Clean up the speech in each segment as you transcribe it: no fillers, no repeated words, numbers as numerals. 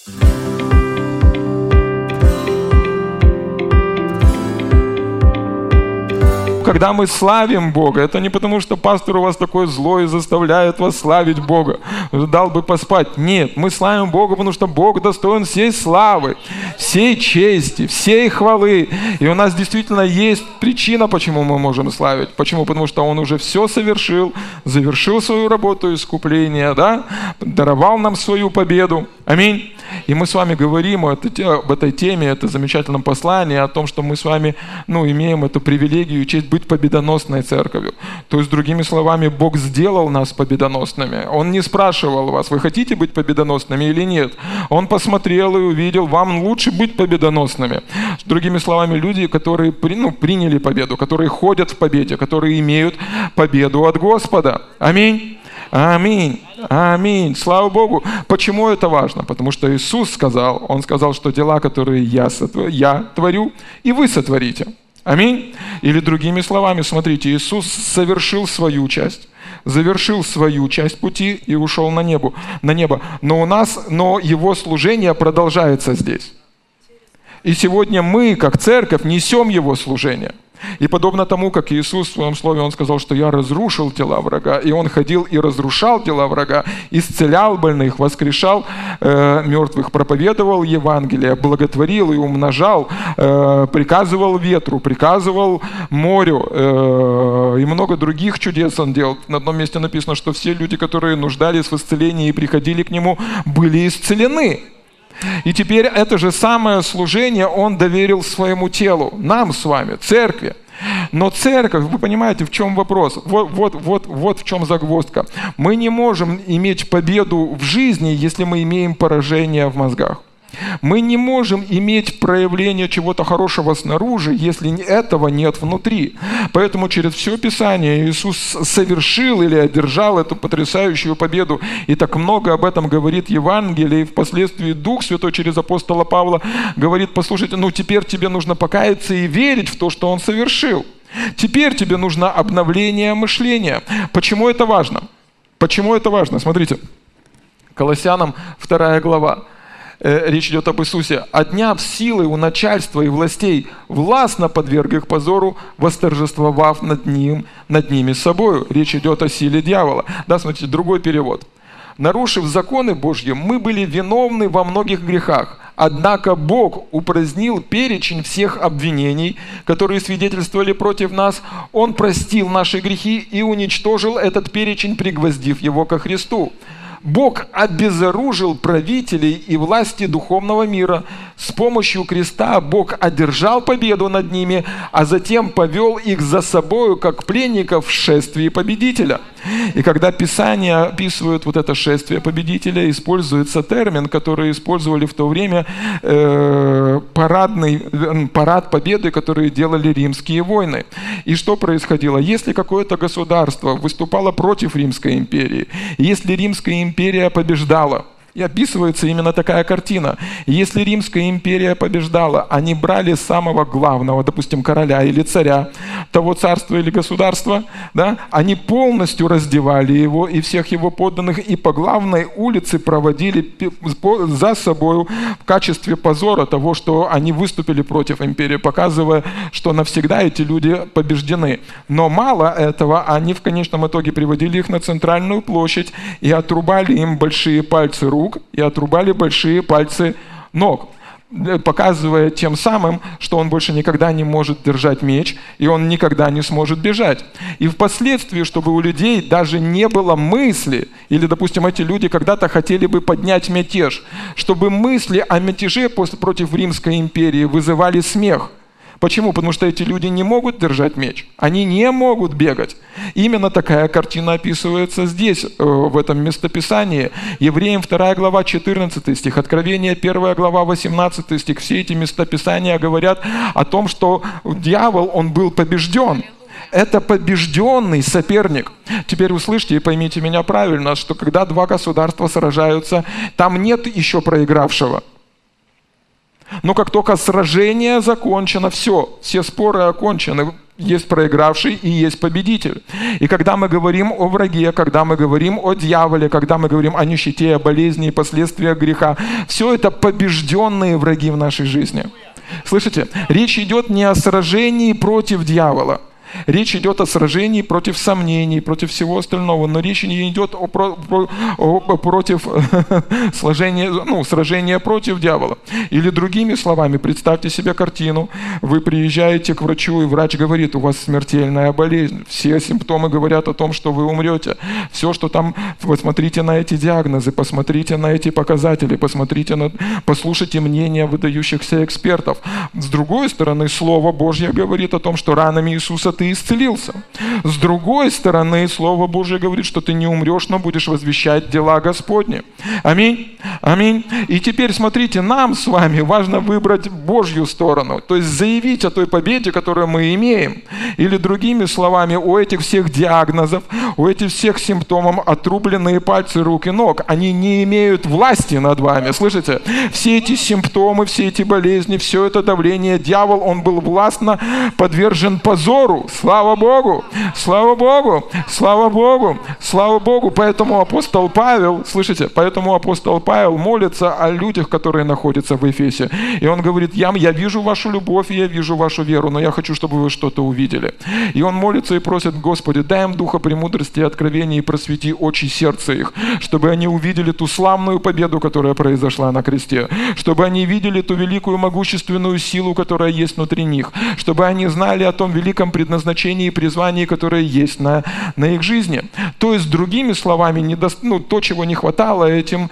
Когда мы славим Бога, это не потому, что пастор у вас такой злой и заставляет вас славить Бога. Дал бы поспать. Нет, мы славим Бога, потому что Бог достоин всей славы, всей чести, всей хвалы. И у нас действительно есть причина, почему мы можем славить. Почему? Потому что Он уже все совершил, завершил свою работу искупления, да? Даровал нам свою победу. Аминь. И мы с вами говорим об этой теме, это замечательном послании, о том, что мы с вами имеем эту привилегию и честь быть победоносной церковью. То есть, другими словами, Бог сделал нас победоносными. Он не спрашивал вас, вы хотите быть победоносными или нет. Он посмотрел и увидел, вам лучше быть победоносными. Другими словами, люди, которые приняли победу, которые ходят в победе, которые имеют победу от Господа. Аминь. Аминь. Аминь. Слава Богу. Почему это важно? Потому что Иисус сказал, Он сказал, что дела, которые я творю, и вы сотворите. Аминь. Или другими словами, смотрите, Иисус совершил свою часть, завершил свою часть пути и ушел на небо. Но Его служение продолжается здесь. И сегодня мы, как церковь, несем Его служение. И подобно тому, как Иисус в Своем Слове, Он сказал, что «Я разрушил дела врага», и Он ходил и разрушал дела врага, исцелял больных, воскрешал мертвых, проповедовал Евангелие, благотворил и умножал, приказывал ветру, приказывал морю, и много других чудес Он делал. На одном месте написано, что все люди, которые нуждались в исцелении и приходили к Нему, были исцелены. И теперь это же самое служение Он доверил своему телу, нам с вами, церкви. Но церковь, вы понимаете, в чем вопрос? Вот в чем загвоздка. Мы не можем иметь победу в жизни, если мы имеем поражение в мозгах. Мы не можем иметь проявление чего-то хорошего снаружи, если этого нет внутри. Поэтому через все Писание Иисус совершил или одержал эту потрясающую победу. И так много об этом говорит Евангелие, и впоследствии Дух Святой через апостола Павла говорит: послушайте, теперь тебе нужно покаяться и верить в то, что Он совершил. Теперь тебе нужно обновление мышления. Почему это важно? Почему это важно? Смотрите, Колоссянам 2 глава. Речь идет об Иисусе. «Отняв силы у начальства и властей, властно подверг их позору, восторжествовав над ними собою». Речь идет о силе дьявола. Да, смотрите, другой перевод. «Нарушив законы Божьи, мы были виновны во многих грехах. Однако Бог упразднил перечень всех обвинений, которые свидетельствовали против нас. Он простил наши грехи и уничтожил этот перечень, пригвоздив его ко Христу. Бог обезоружил правителей и власти духовного мира. С помощью креста Бог одержал победу над ними, а затем повел их за собою, как пленников, в шествие победителя». И когда Писание описывает вот это шествие победителя, используется термин, который использовали в то время парад победы, который делали римские войны. И что происходило? Если какое-то государство выступало против Римской империи, если Римская империя побеждала, и описывается именно такая картина. Если Римская империя побеждала, они брали самого главного, допустим, короля или царя того царства или государства, да, они полностью раздевали его и всех его подданных, и по главной улице проводили за собой в качестве позора того, что они выступили против империи, показывая, что навсегда эти люди побеждены. Но мало этого, они в конечном итоге приводили их на центральную площадь и отрубали им большие пальцы рук, и отрубали большие пальцы ног, показывая тем самым, что он больше никогда не может держать меч, и он никогда не сможет бежать. И впоследствии, чтобы у людей даже не было мысли, или, допустим, эти люди когда-то хотели бы поднять мятеж, чтобы мысли о мятеже против Римской империи вызывали смех. Почему? Потому что эти люди не могут держать меч, они не могут бегать. Именно такая картина описывается здесь, в этом местописании. Евреям 2 глава 14 стих, Откровение 1 глава 18 стих. Все эти местописания говорят о том, что дьявол, он был побежден. Это побежденный соперник. Теперь услышьте и поймите меня правильно, что когда два государства сражаются, там нет еще проигравшего. Но как только сражение закончено, все споры окончены. Есть проигравший и есть победитель. И когда мы говорим о враге, когда мы говорим о дьяволе, когда мы говорим о нищете, о болезни и последствиях греха, все это побежденные враги в нашей жизни. Слышите? Речь идет не о сражении против дьявола. Речь идет о сражении против сомнений, против всего остального, но речь не идет сражения против дьявола. Или другими словами, представьте себе картину, вы приезжаете к врачу, и врач говорит, у вас смертельная болезнь, все симптомы говорят о том, что вы умрете. Все, что там, посмотрите на эти диагнозы, посмотрите на эти показатели, послушайте мнения выдающихся экспертов. С другой стороны, Слово Божье говорит о том, что ранами Иисуса ты исцелился. С другой стороны, Слово Божье говорит, что ты не умрешь, но будешь возвещать дела Господни. Аминь. Аминь. И теперь смотрите, нам с вами важно выбрать Божью сторону, то есть заявить о той победе, которую мы имеем. Или другими словами, у этих всех диагнозов, у этих всех симптомов отрубленные пальцы рук и ног, они не имеют власти над вами. Слышите? Все эти симптомы, все эти болезни, все это давление, дьявол, он был властно подвержен позору. Слава Богу! Слава Богу! Слава Богу! Слава Богу! Поэтому апостол Павел, слышите, молится о людях, которые находятся в Эфесе. И он говорит, я вижу вашу любовь, и я вижу вашу веру, но я хочу, чтобы вы что-то увидели. И он молится и просит, Господи, дай им духа премудрости и откровения и просвети очи сердца их, чтобы они увидели ту славную победу, которая произошла на кресте, чтобы они видели ту великую могущественную силу, которая есть внутри них, чтобы они знали о том великом предназначении и призвании, которое есть на их жизни. То есть, другими словами, то, чего не хватало этим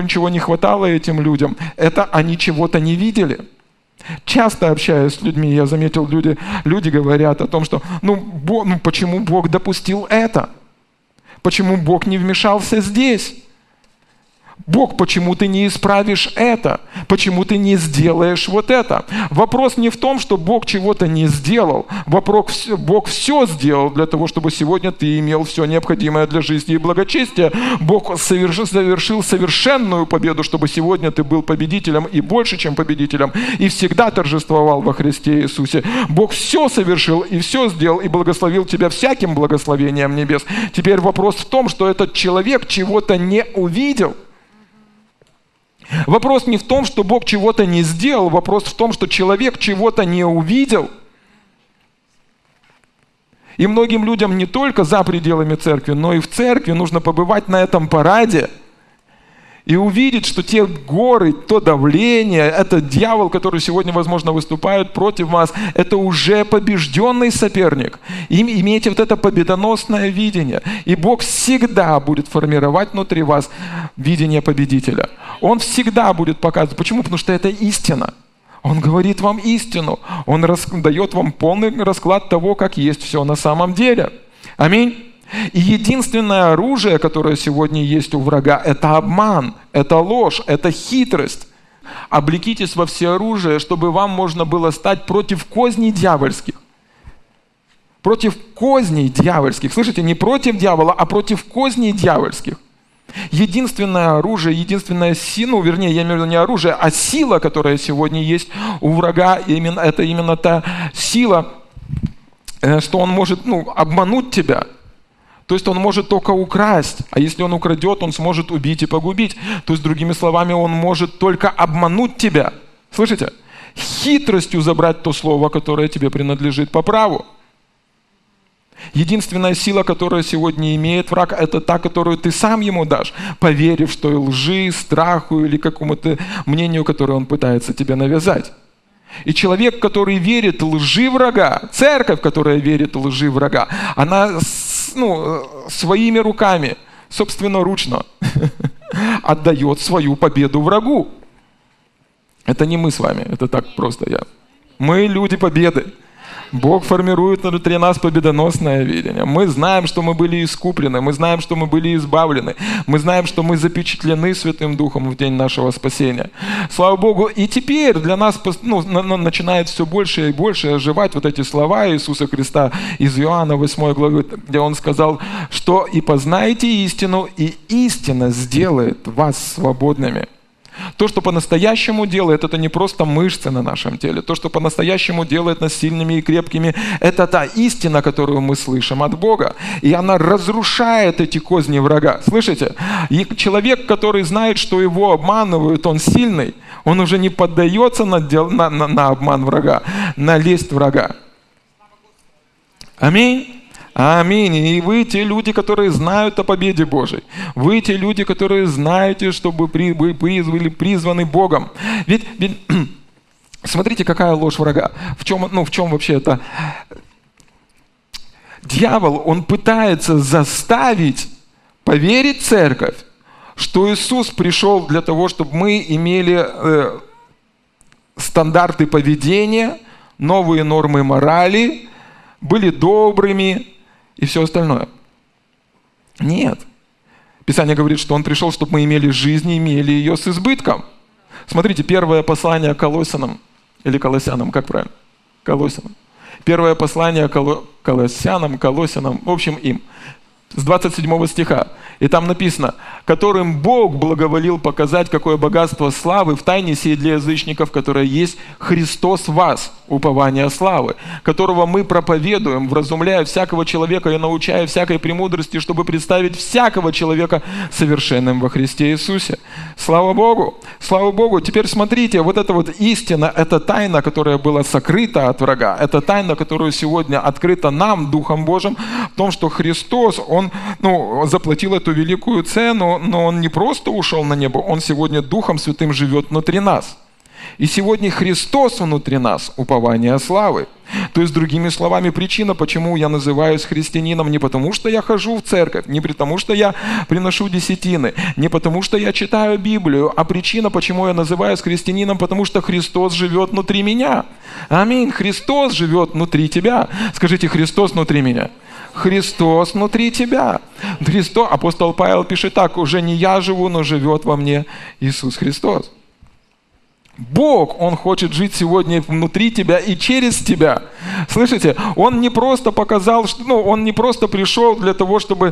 людям, это они чего-то не видели. Часто общаясь с людьми, я заметил, люди говорят о том, что почему Бог допустил это? Почему Бог не вмешался здесь? Бог, почему ты не исправишь это? Почему ты не сделаешь вот это? Вопрос не в том, что Бог чего-то не сделал. Бог все сделал для того, чтобы сегодня ты имел все необходимое для жизни и благочестия. Бог совершил совершенную победу, чтобы сегодня ты был победителем и больше, чем победителем, и всегда торжествовал во Христе Иисусе. Бог все совершил и все сделал, и благословил тебя всяким благословением небес. Теперь вопрос в том, что этот человек чего-то не увидел. Вопрос не в том, что Бог чего-то не сделал, вопрос в том, что человек чего-то не увидел. И многим людям не только за пределами церкви, но и в церкви нужно побывать на этом параде и увидеть, что те горы, то давление, это дьявол, который сегодня, возможно, выступает против вас, это уже побежденный соперник. Имейте вот это победоносное видение. И Бог всегда будет формировать внутри вас видение победителя. Он всегда будет показывать. Почему? Потому что это истина. Он говорит вам истину. Он дает вам полный расклад того, как есть все на самом деле. Аминь. И единственное оружие, которое сегодня есть у врага, это обман, это ложь, это хитрость. Облекитесь во всеоружие, чтобы вам можно было стать против козней дьявольских. Против козней дьявольских. Слышите, не против дьявола, а против козней дьявольских. Единственное оружие, единственная сила, я имею в виду не оружие, а сила, которая сегодня есть у врага, это именно та сила, что он может обмануть тебя. То есть он может только украсть, а если он украдет, он сможет убить и погубить. То есть, другими словами, он может только обмануть тебя. Слышите? Хитростью забрать то слово, которое тебе принадлежит по праву. Единственная сила, которая сегодня имеет враг, это та, которую ты сам ему дашь, поверив, что и лжи, страху или какому-то мнению, которое он пытается тебе навязать. И человек, который верит лжи врага, церковь, которая верит лжи врага, она своими руками, собственноручно отдает свою победу врагу. Это не мы с вами, это так просто. Мы люди победы. Бог формирует внутри нас победоносное видение. Мы знаем, что мы были искуплены, мы знаем, что мы были избавлены, мы знаем, что мы запечатлены Святым Духом в день нашего спасения. Слава Богу! И теперь для нас начинает все больше и больше оживать вот эти слова Иисуса Христа из Иоанна 8 главы, где Он сказал, что «И познаете истину, и истина сделает вас свободными». То, что по-настоящему делает, это не просто мышцы на нашем теле. То, что по-настоящему делает нас сильными и крепкими, это та истина, которую мы слышим от Бога. И она разрушает эти козни врага. Слышите? И человек, который знает, что его обманывают, он сильный, он уже не поддается на обман врага, на лесть врага. Аминь. Аминь. И вы те люди, которые знают о победе Божией. Вы те люди, которые знаете, что вы были призваны Богом. Ведь смотрите, какая ложь врага. В чем вообще это? Дьявол, он пытается заставить поверить церковь, что Иисус пришел для того, чтобы мы имели стандарты поведения, новые нормы морали, были добрыми и все остальное. Нет. Писание говорит, что Он пришел, чтобы мы имели жизнь и имели ее с избытком. Смотрите, первое послание Колоссянам, или Колоссянам, как правильно? Колоссянам. Первое послание Колоссянам, в общем, им. С 27 стиха. И там написано: «Которым Бог благоволил показать, какое богатство славы в тайне сей для язычников, которое есть Христос в вас, упование славы, которого мы проповедуем, вразумляя всякого человека и научая всякой премудрости, чтобы представить всякого человека совершенным во Христе Иисусе». Слава Богу! Слава Богу! Теперь смотрите, вот эта вот истина, это тайна, которая была сокрыта от врага, это тайна, которая сегодня открыта нам, Духом Божьим, в том, что Христос, Он заплатил эту великую цену, но Он не просто ушел на небо, Он сегодня Духом Святым живет внутри нас. И сегодня Христос внутри нас, упование славы. То есть, другими словами, причина, почему я называюсь христианином, не потому, что я хожу в церковь, не потому, что я приношу десятины, не потому, что я читаю Библию, а причина, почему я называюсь христианином, потому что Христос живет внутри меня. Аминь. Христос живет внутри тебя. Скажите: Христос внутри меня. Христос внутри тебя. Апостол Павел пишет так: «Уже не я живу, но живет во мне Иисус Христос». Бог, Он хочет жить сегодня внутри тебя и через тебя. Слышите? Он не просто показал, Он не просто пришел для того, чтобы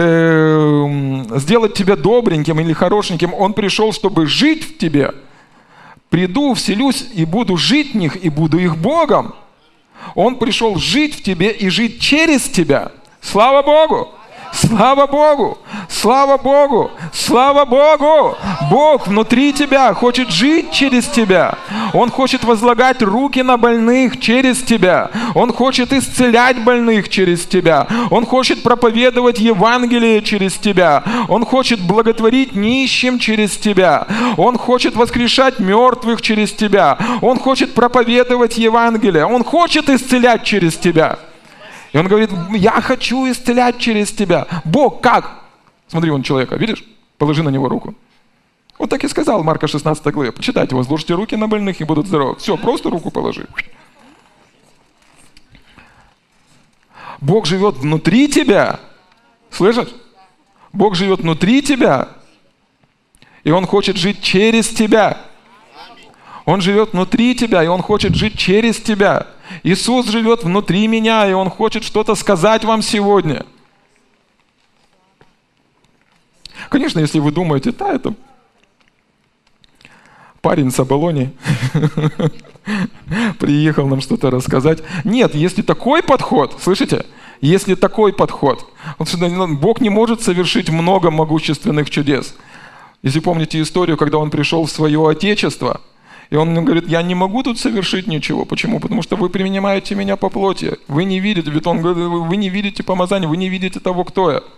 сделать тебя добреньким или хорошеньким. Он пришел, чтобы жить в тебе. «Приду, вселюсь и буду жить в них, и буду их Богом». Он пришел жить в тебе и жить через тебя. Слава Богу! Слава Богу! Слава Богу! Слава Богу! Бог внутри тебя хочет жить через тебя. Он хочет возлагать руки на больных через тебя. Он хочет исцелять больных через тебя. Он хочет проповедовать Евангелие через тебя. Он хочет благотворить нищим через тебя. Он хочет воскрешать мертвых через тебя. Он хочет проповедовать Евангелие. Он хочет исцелять через тебя. И Он говорит: я хочу исцелять через тебя. Бог как? Смотри, вон человека, видишь? Положи на него руку. Вот так и сказал Марка 16 главе. Почитайте: возложите руки на больных и будут здоровы. Все, просто руку положи. Бог живет внутри тебя. Слышишь? Бог живет внутри тебя. И Он хочет жить через тебя. Он живет внутри тебя, и Он хочет жить через тебя. Иисус живет внутри меня, и Он хочет что-то сказать вам сегодня. Конечно, если вы думаете: да, это парень с Оболони приехал нам что-то рассказать. Нет, если такой подход, слышите? Если такой подход, Бог не может совершить много могущественных чудес. Если помните историю, когда Он пришел в свое Отечество, и Он говорит: я не могу тут совершить ничего. Почему? Потому что вы принимаете меня по плоти. Вы не видите, ведь Он говорит: вы не видите помазания, вы не видите того, кто я.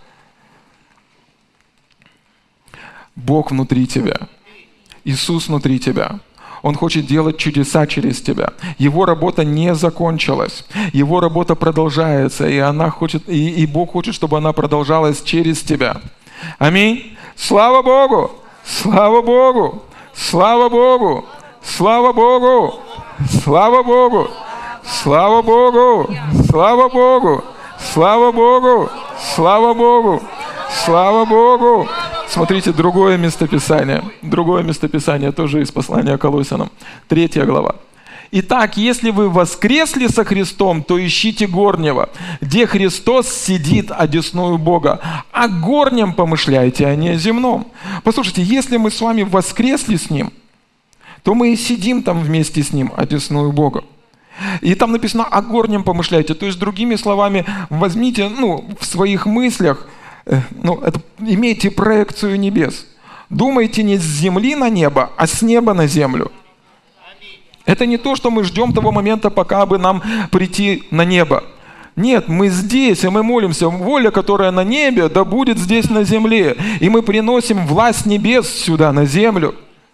Бог внутри тебя. Иисус внутри тебя. Он хочет делать чудеса через тебя. Его работа не закончилась. Его работа продолжается, и Бог хочет, чтобы она продолжалась через тебя. Аминь. Слава Богу! Слава Богу! Слава Богу! Слава Богу! Слава Богу! Слава Богу! Слава Богу! Слава Богу! Слава Богу! Слава Богу! Смотрите, другое местописание тоже из послания Колоссянам, 3 глава. Итак, если вы воскресли со Христом, то ищите горнего, где Христос сидит одесную Бога. О горнем помышляйте, а не о земном. Послушайте, если мы с вами воскресли с Ним, то мы и сидим там вместе с Ним, одесную Бога. И там написано «о горнем помышляйте». То есть, другими словами, возьмите в своих мыслях, имейте проекцию небес. Думайте не с земли на небо, а с неба на землю. Это не то, что мы ждем того момента, пока бы нам прийти на небо. Нет, мы здесь, и мы молимся. Воля, которая на небе, да будет здесь на земле. И мы приносим власть небес сюда, на землю.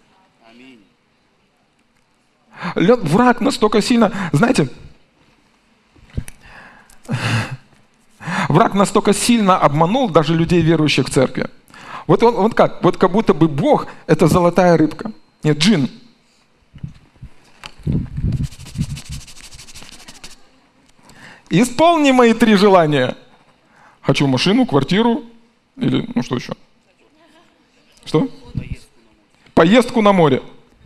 Враг настолько сильно... Знаете, враг настолько сильно обманул даже людей, верующих в церкви. Вот он как? Вот как будто бы Бог – это золотая рыбка. Нет, джин. Исполни мои 3 желания. Хочу машину, квартиру или что еще? Что? Поездку на море.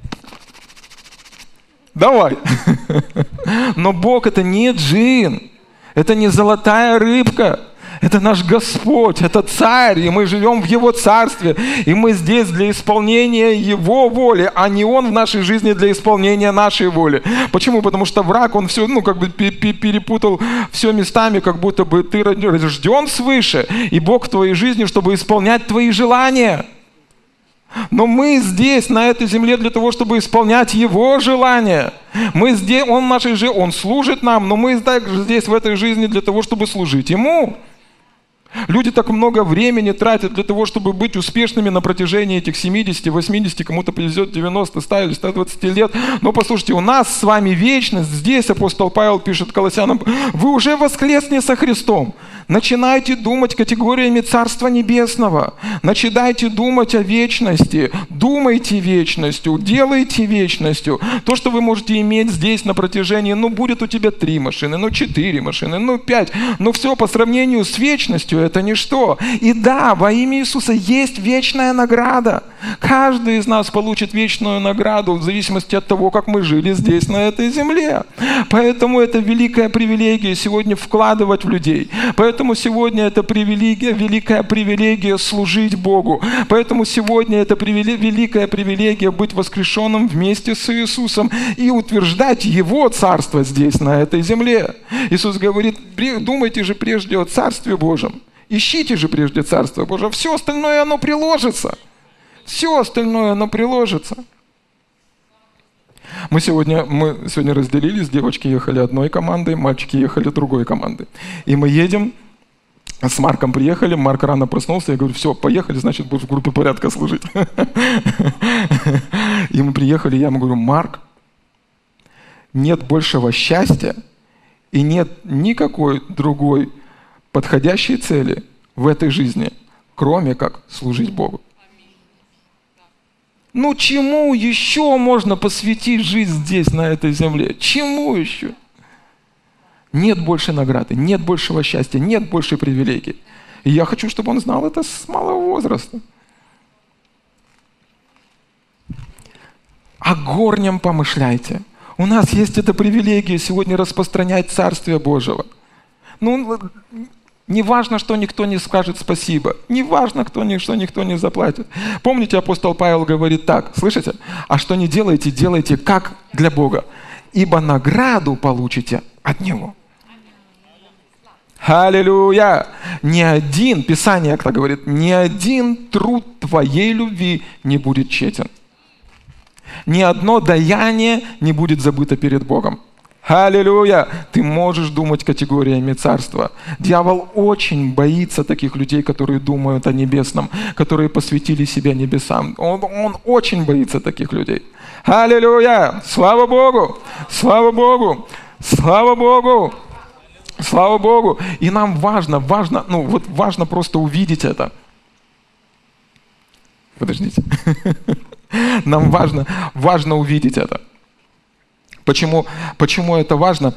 Давай. Но Бог это не джин, это не золотая рыбка. Это наш Господь, это Царь, и мы живем в Его Царстве, и мы здесь для исполнения Его воли, а не Он в нашей жизни для исполнения нашей воли. Почему? Потому что враг, он все, перепутал все местами, как будто бы ты рожден свыше, и Бог в твоей жизни, чтобы исполнять твои желания. Но мы здесь, на этой земле, для того, чтобы исполнять Его желания. Мы здесь, Он служит нам, но мы также здесь, в этой жизни, для того, чтобы служить Ему. Люди так много времени тратят для того, чтобы быть успешными на протяжении этих 70, 80, кому-то повезет 90, 100 или 120 лет. Но послушайте, у нас с вами вечность. Здесь апостол Павел пишет Колоссянам: вы уже воскресли со Христом. Начинайте думать категориями Царства Небесного. Начинайте думать о вечности. Думайте вечностью, делайте вечностью. То, что вы можете иметь здесь на протяжении, будет у тебя 3 машины, 4 машины, 5. Но все по сравнению с вечностью это ничто. И да, во имя Иисуса есть вечная награда. Каждый из нас получит вечную награду в зависимости от того, как мы жили здесь, на этой земле. Поэтому это великая привилегия сегодня вкладывать в людей. Поэтому сегодня это великая привилегия служить Богу. Поэтому сегодня это великая привилегия быть воскрешенным вместе с Иисусом и утверждать Его Царство здесь, на этой земле. Иисус говорит: думайте же прежде о Царстве Божьем. Ищите же прежде Царство Божие. Все остальное оно приложится. Все остальное оно приложится. Мы сегодня разделились. Девочки ехали одной командой, мальчики ехали другой командой. И мы едем, с Марком приехали, Марк рано проснулся, я говорю: все, поехали, значит, будешь в группе порядка служить. И мы приехали, я ему говорю: Марк, нет большего счастья и нет никакой другой подходящей цели в этой жизни, кроме как служить Богу. Чему еще можно посвятить жизнь здесь, на этой земле? Чему еще? Нет больше награды, нет большего счастья, нет большей привилегии. И я хочу, чтобы он знал это с малого возраста. О горнем помышляйте. У нас есть эта привилегия сегодня распространять Царствие Божьего. Не важно, что никто не скажет спасибо. Не важно, что никто не заплатит. Помните, апостол Павел говорит так, слышите? А что не делаете, делайте как для Бога, ибо награду получите от Него. Аллилуйя! Писание так говорит, ни один труд твоей любви не будет тщетен. Ни одно даяние не будет забыто перед Богом. Аллилуйя! Ты можешь думать категориями царства. Дьявол очень боится таких людей, которые думают о небесном, которые посвятили себя небесам. Он очень боится таких людей. Аллилуйя! Слава Богу! Слава Богу! Слава Богу! Слава Богу! И нам важно просто увидеть это. Подождите. Нам важно увидеть это. Почему это важно?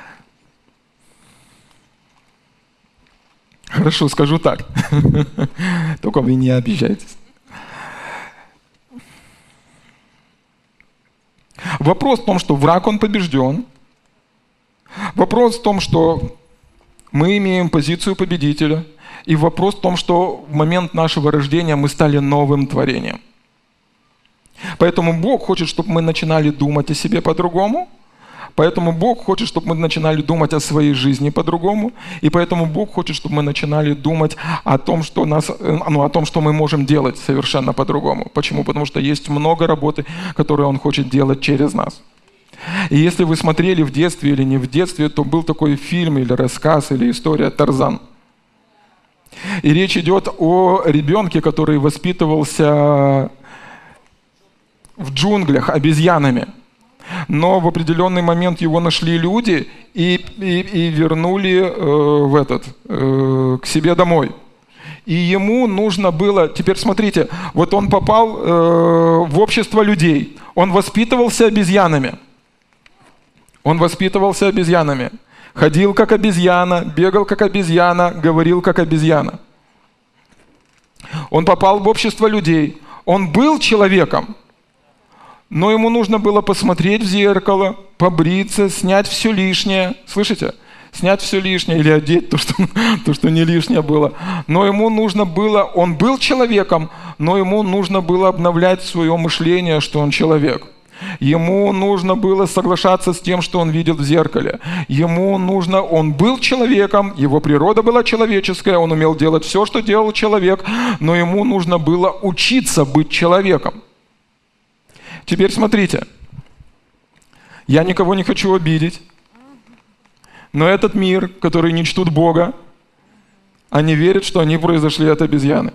Хорошо, скажу так. Только вы не обижайтесь. Вопрос в том, что враг, он побежден. Вопрос в том, что мы имеем позицию победителя. И вопрос в том, что в момент нашего рождения мы стали новым творением. Поэтому Бог хочет, чтобы мы начинали думать о себе по-другому. Поэтому Бог хочет, чтобы мы начинали думать о своей жизни по-другому. И поэтому Бог хочет, чтобы мы начинали думать о том, что мы можем делать совершенно по-другому. Почему? Потому что есть много работы, которую Он хочет делать через нас. И если вы смотрели в детстве или не в детстве, то был такой фильм или рассказ, или история «Тарзан». И речь идет о ребенке, который воспитывался в джунглях обезьянами. Но в определенный момент его нашли люди и вернули к себе домой. И ему нужно было... Теперь смотрите, вот он попал в общество людей. Он воспитывался обезьянами. Ходил как обезьяна, бегал как обезьяна, говорил как обезьяна. Он попал в общество людей. Он был человеком, но ему нужно было посмотреть в зеркало, побриться, снять все лишнее. Слышите? Снять все лишнее или одеть то, что не лишнее было. Но ему нужно было... Он был человеком, но ему нужно было обновлять свое мышление, что он человек. Ему нужно было соглашаться с тем, что он видел в зеркале. Он был человеком, его природа была человеческая, он умел делать все, что делал человек, но ему нужно было учиться быть человеком. Теперь смотрите, я никого не хочу обидеть, но этот мир, который не чтут Бога, они верят, что они произошли от обезьяны.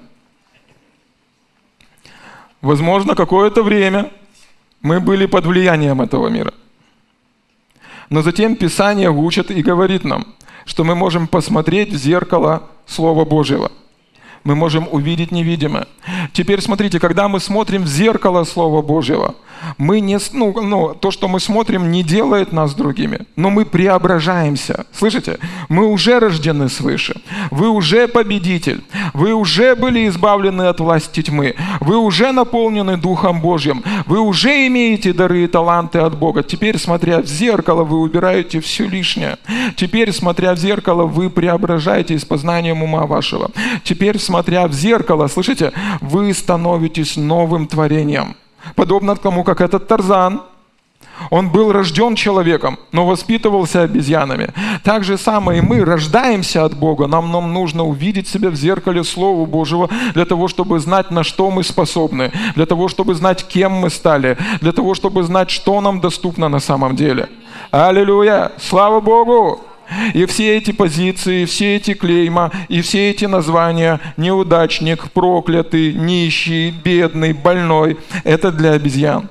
Возможно, какое-то время мы были под влиянием этого мира. Но затем Писание учит и говорит нам, что мы можем посмотреть в зеркало Слова Божьего. Мы можем увидеть невидимое. Теперь смотрите, когда мы смотрим в зеркало Слова Божьего, то, что мы смотрим, не делает нас другими, но мы преображаемся. Слышите? Мы уже рождены свыше. Вы уже победитель. Вы уже были избавлены от власти тьмы. Вы уже наполнены Духом Божьим. Вы уже имеете дары и таланты от Бога. Теперь, смотря в зеркало, вы убираете все лишнее. Теперь, смотря в зеркало, вы преображаетесь познанием ума вашего. Теперь, смотря в зеркало, слышите, вы становитесь новым творением. Подобно тому, как этот Тарзан, он был рожден человеком, но воспитывался обезьянами. Так же самое и мы рождаемся от Бога. Нам нужно увидеть себя в зеркале Слова Божьего для того, чтобы знать, на что мы способны, для того, чтобы знать, кем мы стали, для того, чтобы знать, что нам доступно на самом деле. Аллилуйя! Слава Богу! И все эти позиции, все эти клейма и все эти названия неудачник, проклятый, нищий, бедный, больной – это для обезьян.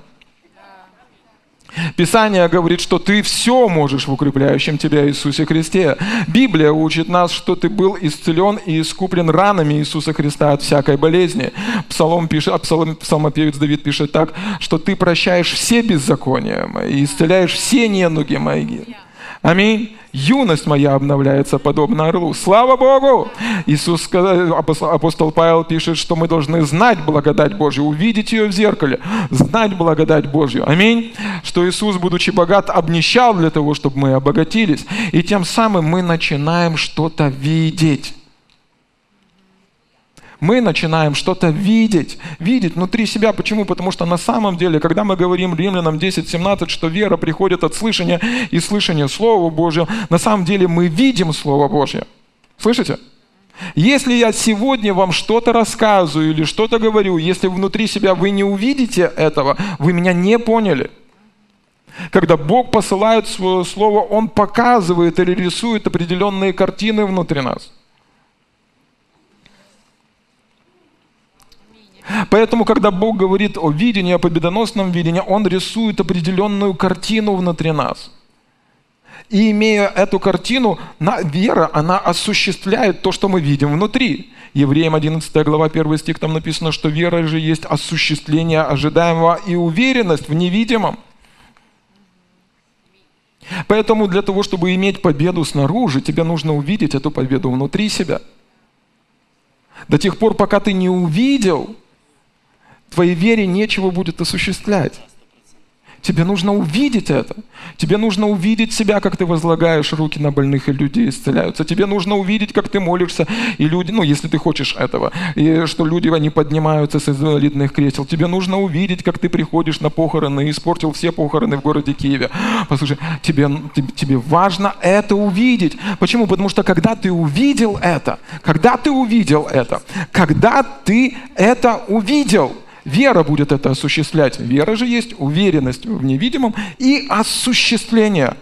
Писание говорит, что ты все можешь в укрепляющем тебя Иисусе Христе. Библия учит нас, что ты был исцелен и искуплен ранами Иисуса Христа от всякой болезни. Псалмопевец Давид пишет так, что ты прощаешь все беззакония мои и исцеляешь все недуги мои. Аминь. Юность моя обновляется подобно орлу. Слава Богу! Апостол Павел пишет, что мы должны знать благодать Божью, увидеть ее в зеркале, знать благодать Божью. Аминь. Что Иисус, будучи богат, обнищал для того, чтобы мы обогатились. И тем самым мы начинаем что-то видеть. Мы начинаем что-то видеть внутри себя. Почему? Потому что на самом деле, когда мы говорим Римлянам 10:17, что вера приходит от слышания и слышания Слова Божьего, на самом деле мы видим Слово Божье. Слышите? Если я сегодня вам что-то рассказываю или что-то говорю, если внутри себя вы не увидите этого, вы меня не поняли. Когда Бог посылает свое Слово, Он показывает или рисует определенные картины внутри нас. Поэтому, когда Бог говорит о видении, о победоносном видении, Он рисует определенную картину внутри нас. И имея эту картину, вера, она осуществляет то, что мы видим внутри. Евреям 11 глава 1 стих, там написано, что вера же есть осуществление ожидаемого и уверенность в невидимом. Поэтому для того, чтобы иметь победу снаружи, тебе нужно увидеть эту победу внутри себя. До тех пор, пока ты не увидел, твоей вере нечего будет осуществлять. Тебе нужно увидеть это. Тебе нужно увидеть себя, как ты возлагаешь руки на больных, и люди исцеляются. Тебе нужно увидеть, как ты молишься, и люди, если ты хочешь этого, и что люди, они поднимаются с инвалидных кресел. Тебе нужно увидеть, как ты приходишь на похороны и испортил все похороны в городе Киеве. Послушай, тебе важно это увидеть. Почему? Потому что когда ты увидел это, вера будет это осуществлять. Вера же есть уверенность в невидимом и осуществление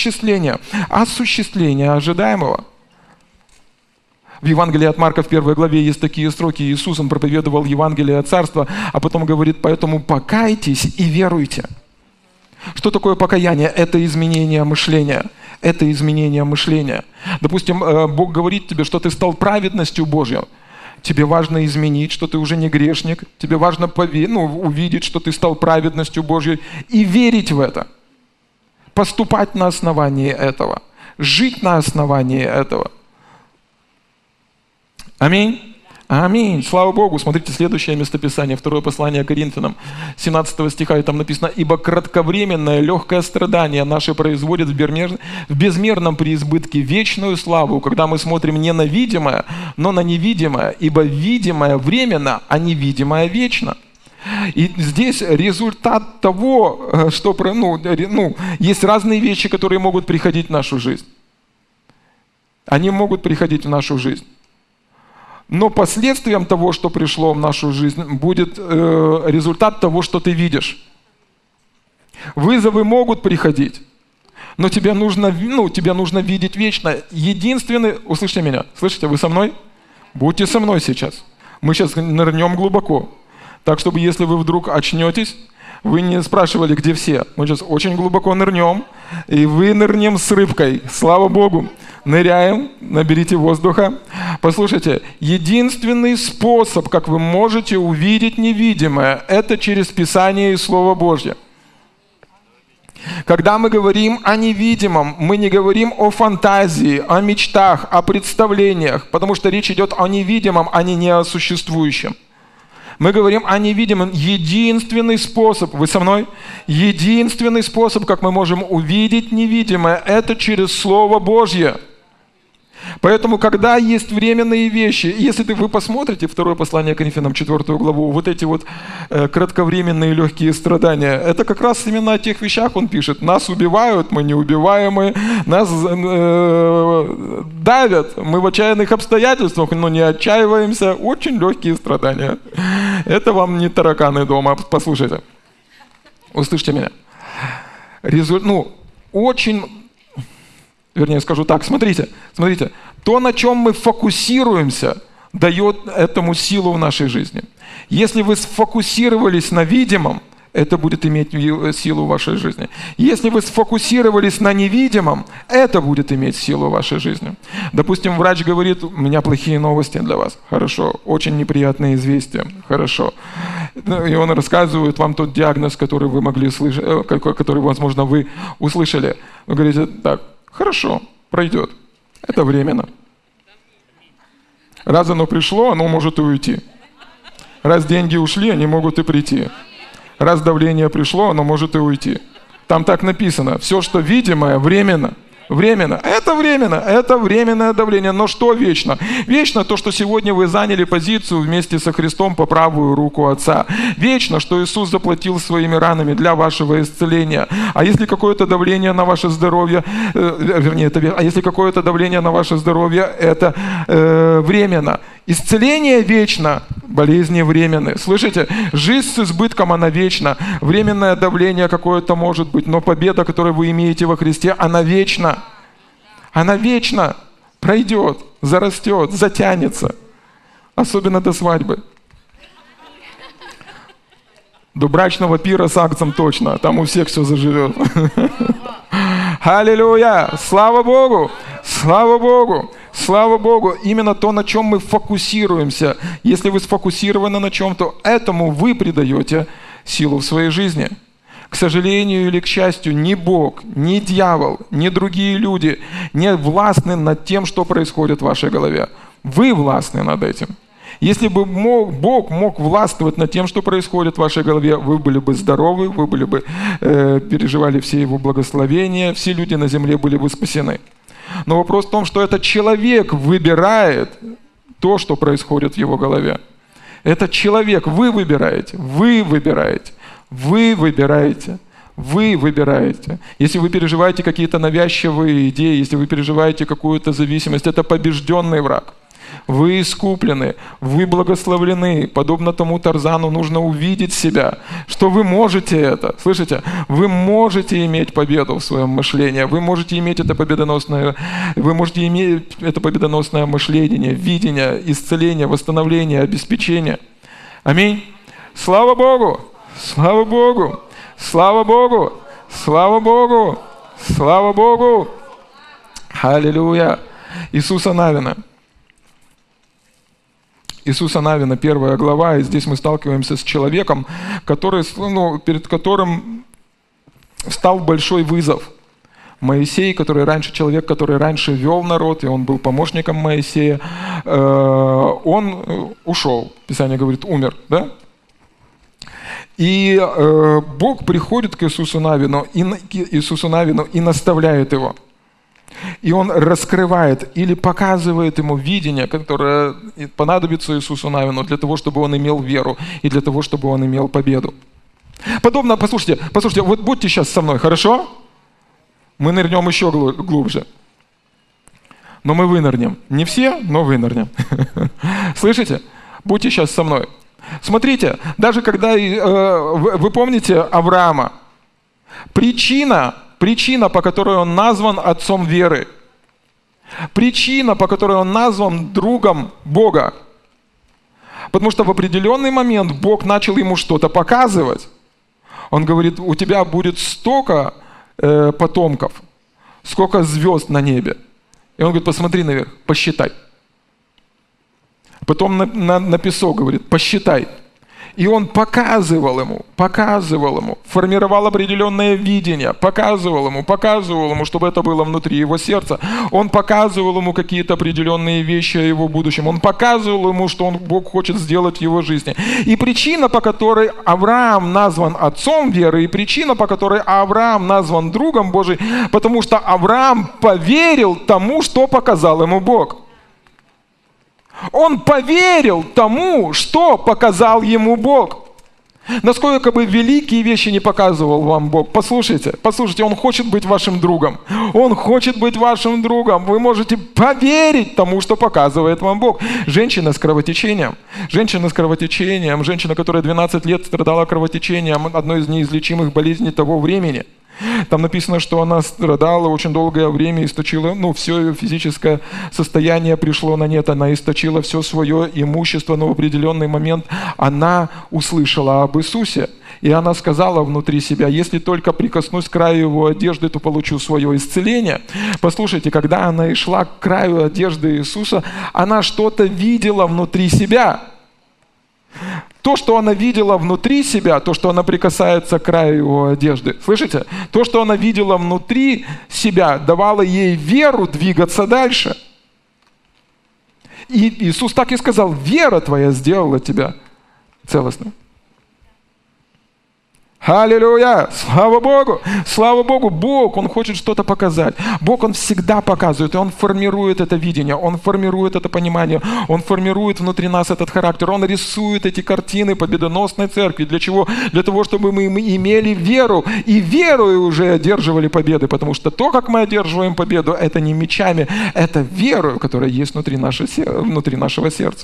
ожидаемого. В Евангелии от Марка в 1 главе есть такие строки. Иисус, Он проповедовал Евангелие от Царства, а потом говорит: поэтому покайтесь и веруйте. Что такое покаяние? Это изменение мышления. Допустим, Бог говорит тебе, что ты стал праведностью Божьей. Тебе важно изменить, что ты уже не грешник. Тебе важно увидеть, что ты стал праведностью Божьей. И верить в это. Поступать на основании этого. Жить на основании этого. Аминь. Аминь. Слава Богу. Смотрите, следующее местописание. 2 послание Коринфянам, 17 стиха, и там написано: «Ибо кратковременное легкое страдание наше производит в безмерном преизбытке вечную славу, когда мы смотрим не на видимое, но на невидимое, ибо видимое временно, а невидимое вечно». И здесь результат того, что есть разные вещи, которые могут приходить в нашу жизнь. Они могут приходить в нашу жизнь. Но последствием того, что пришло в нашу жизнь, будет результат того, что ты видишь. Вызовы могут приходить, но тебе нужно видеть вечно. Единственный... Услышьте меня. Слышите, вы со мной? Будьте со мной сейчас. Мы сейчас нырнем глубоко. Так, чтобы если вы вдруг очнетесь, вы не спрашивали, где все. Мы сейчас очень глубоко нырнем, и вы нырнем с рыбкой. Слава Богу. Ныряем, наберите воздуха. Послушайте, единственный способ, как вы можете увидеть невидимое, это через Писание и Слово Божье. Когда мы говорим о невидимом, мы не говорим о фантазии, о мечтах, о представлениях, потому что речь идет о невидимом, а не о существующем. Мы говорим о невидимом. Единственный способ, вы со мной? Единственный способ, как мы можем увидеть невидимое, это через Слово Божье. Поэтому, когда есть временные вещи, если вы посмотрите 2 послание Коринфянам, 4 главу, вот эти вот кратковременные легкие страдания, это как раз именно о тех вещах он пишет. Нас убивают, мы неубиваемые, нас давят, мы в отчаянных обстоятельствах, но не отчаиваемся. Очень легкие страдания. Это вам не тараканы дома, послушайте. Услышьте меня. Вернее, скажу так, смотрите, то, на чем мы фокусируемся, дает этому силу в нашей жизни. Если вы сфокусировались на видимом, это будет иметь силу в вашей жизни. Если вы сфокусировались на невидимом, это будет иметь силу в вашей жизни. Допустим, врач говорит: у меня плохие новости для вас. Хорошо. Очень неприятные известия. Хорошо. И он рассказывает вам тот диагноз, который вы могли слышать, который, возможно, вы услышали. Вы говорите: так, хорошо, пройдет. Это временно. Раз оно пришло, оно может и уйти. Раз деньги ушли, они могут и прийти. Раз давление пришло, оно может и уйти. Там так написано: все, что видимое, временно. Временно. Это временное давление. Но что вечно? Вечно то, что сегодня вы заняли позицию вместе со Христом по правую руку Отца. Вечно, что Иисус заплатил своими ранами для вашего исцеления. А если какое-то давление на ваше здоровье, если какое-то давление на ваше здоровье, это временно. Исцеление вечно, болезни временны. Слышите? Жизнь с избытком, она вечна. Временное давление какое-то может быть, но победа, которую вы имеете во Христе, она вечна. Она вечно пройдет, зарастет, затянется. Особенно до свадьбы. До брачного пира с акцем точно. Там у всех все заживет. Аллилуйя! Слава Богу! Слава Богу! Слава Богу! Именно то, на чем мы фокусируемся. Если вы сфокусированы на чем-то, этому вы придаете силу в своей жизни. К сожалению или к счастью, ни Бог, ни дьявол, ни другие люди не властны над тем, что происходит в вашей голове. Вы властны над этим. Если бы Бог мог властвовать над тем, что происходит в вашей голове, вы были бы здоровы, вы были бы, переживали все Его благословения, все люди на земле были бы спасены. Но вопрос в том, что этот человек выбирает то, что происходит в его голове. Этот человек, вы выбираете, вы выбираете, вы выбираете. Вы выбираете. Если вы переживаете какие-то навязчивые идеи, если вы переживаете какую-то зависимость, это побежденный враг. Вы искуплены, вы благословлены. Подобно тому Тарзану нужно увидеть себя, что вы можете это. Слышите? Вы можете иметь победу в своем мышлении, вы можете иметь это победоносное мышление, видение, исцеление, восстановление, обеспечение. Аминь. Слава Богу! Слава Богу! Слава Богу! Слава Богу! Слава Богу! Аллилуйя! Иисуса Навина. Иисуса Навина, 1 глава, и здесь мы сталкиваемся с человеком, перед которым встал большой вызов. Моисей, человек, который раньше вел народ, и он был помощником Моисея, он ушел. Писание говорит, умер, да? И Бог приходит к Иисусу Навину и наставляет его. И Он раскрывает или показывает ему видение, которое понадобится Иисусу Навину для того, чтобы он имел веру и для того, чтобы он имел победу. Подобно, послушайте, вот будьте сейчас со мной, хорошо? Мы нырнем еще глубже. Но мы вынырнем. Не все, но вынырнем. Слышите? Будьте сейчас со мной. Смотрите, даже когда вы помните Авраама, причина, по которой он назван отцом веры, причина, по которой он назван другом Бога, потому что в определенный момент Бог начал ему что-то показывать. Он говорит, у тебя будет столько потомков, сколько звезд на небе. И он говорит, посмотри наверх, посчитай. Потом на песок говорит, посчитай. И он показывал ему, формировал определенное видение, показывал ему, чтобы это было внутри его сердца. Он показывал ему какие-то определенные вещи о его будущем. Он показывал ему, что Бог хочет сделать в его жизни. И причина, по которой Авраам назван отцом веры, и причина, по которой Авраам назван другом Божий, потому что Авраам поверил тому, что показал ему Бог. Он поверил тому, что показал ему Бог. Насколько бы великие вещи не показывал вам Бог. Послушайте, Он хочет быть вашим другом. Он хочет быть вашим другом. Вы можете поверить тому, что показывает вам Бог. Женщина с кровотечением, женщина, которая 12 лет страдала кровотечением, одной из неизлечимых болезней того времени. Там написано, что она страдала очень долгое время, источила, все ее физическое состояние пришло на нет, она источила все свое имущество, но в определенный момент она услышала об Иисусе. И она сказала внутри себя, если только прикоснусь к краю его одежды, то получу свое исцеление. Послушайте, когда она и шла к краю одежды Иисуса, она что-то видела внутри себя. То, что она видела внутри себя, то, что она прикасается к краю его одежды, слышите? То, что она видела внутри себя, давало ей веру двигаться дальше. И Иисус так и сказал, вера твоя сделала тебя целостным. Аллилуйя! Слава Богу! Слава Богу! Бог, Он хочет что-то показать. Бог, Он всегда показывает, и Он формирует это видение, Он формирует это понимание, Он формирует внутри нас этот характер, Он рисует эти картины победоносной церкви. Для чего? Для того, чтобы мы имели веру, и верою уже одерживали победы, потому что то, как мы одерживаем победу, это не мечами, это верою, которая есть внутри нашего сердца.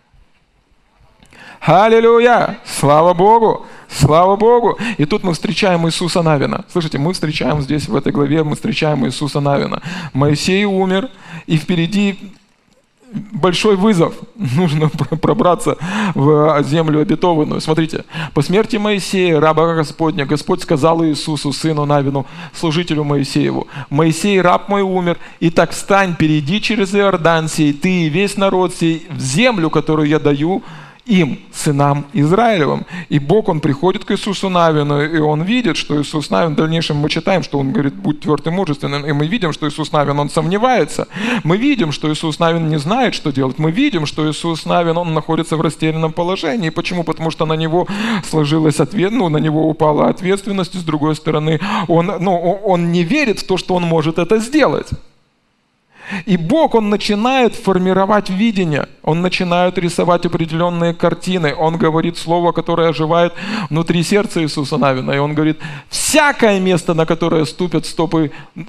Аллилуйя! Слава Богу! Слава Богу! И тут мы встречаем Иисуса Навина. Слышите, мы встречаем здесь, в этой главе, мы встречаем Иисуса Навина. Моисей умер, и впереди большой вызов. Нужно пробраться в землю обетованную. Смотрите, по смерти Моисея, раба Господня, Господь сказал Иисусу, сыну Навину, служителю Моисееву, «Моисей, раб мой, умер, и так встань, перейди через Иордан сей, ты и весь народ сей, в землю, которую я даю им, сынам Израилевым. И Бог, Он приходит к Иисусу Навину, и Он видит, что Иисус Навин, в дальнейшем мы читаем, что Он говорит, будь тверд и мужественным, и мы видим, что Иисус Навин, он сомневается. Мы видим, что Иисус Навин не знает, что делать. Мы видим, что Иисус Навин, он находится в растерянном положении. Почему? Потому что на него сложилась на него упала ответственность, и с другой стороны, он не верит в то, что он может это сделать. И Бог, Он начинает формировать видение, Он начинает рисовать определенные картины. Он говорит слово, которое оживает внутри сердца Иисуса Навина. И Он говорит, всякое место, на которое ступят стопы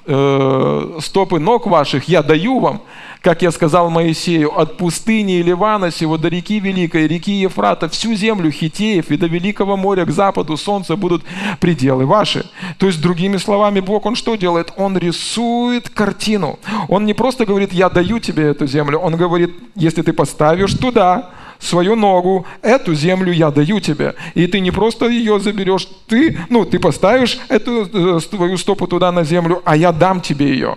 ног ваших, я даю вам, как я сказал Моисею, от пустыни Ливана сего до реки Великой, реки Ефрата, всю землю Хиттеев и до Великого моря к западу солнца будут пределы ваши. То есть, другими словами, Бог, Он что делает? Он рисует картину. Он не просто говорит, я даю тебе эту землю. Он говорит, если ты поставишь туда свою ногу, эту землю я даю тебе. И ты не просто ее заберешь, ты поставишь эту твою стопу туда на землю, а я дам тебе ее.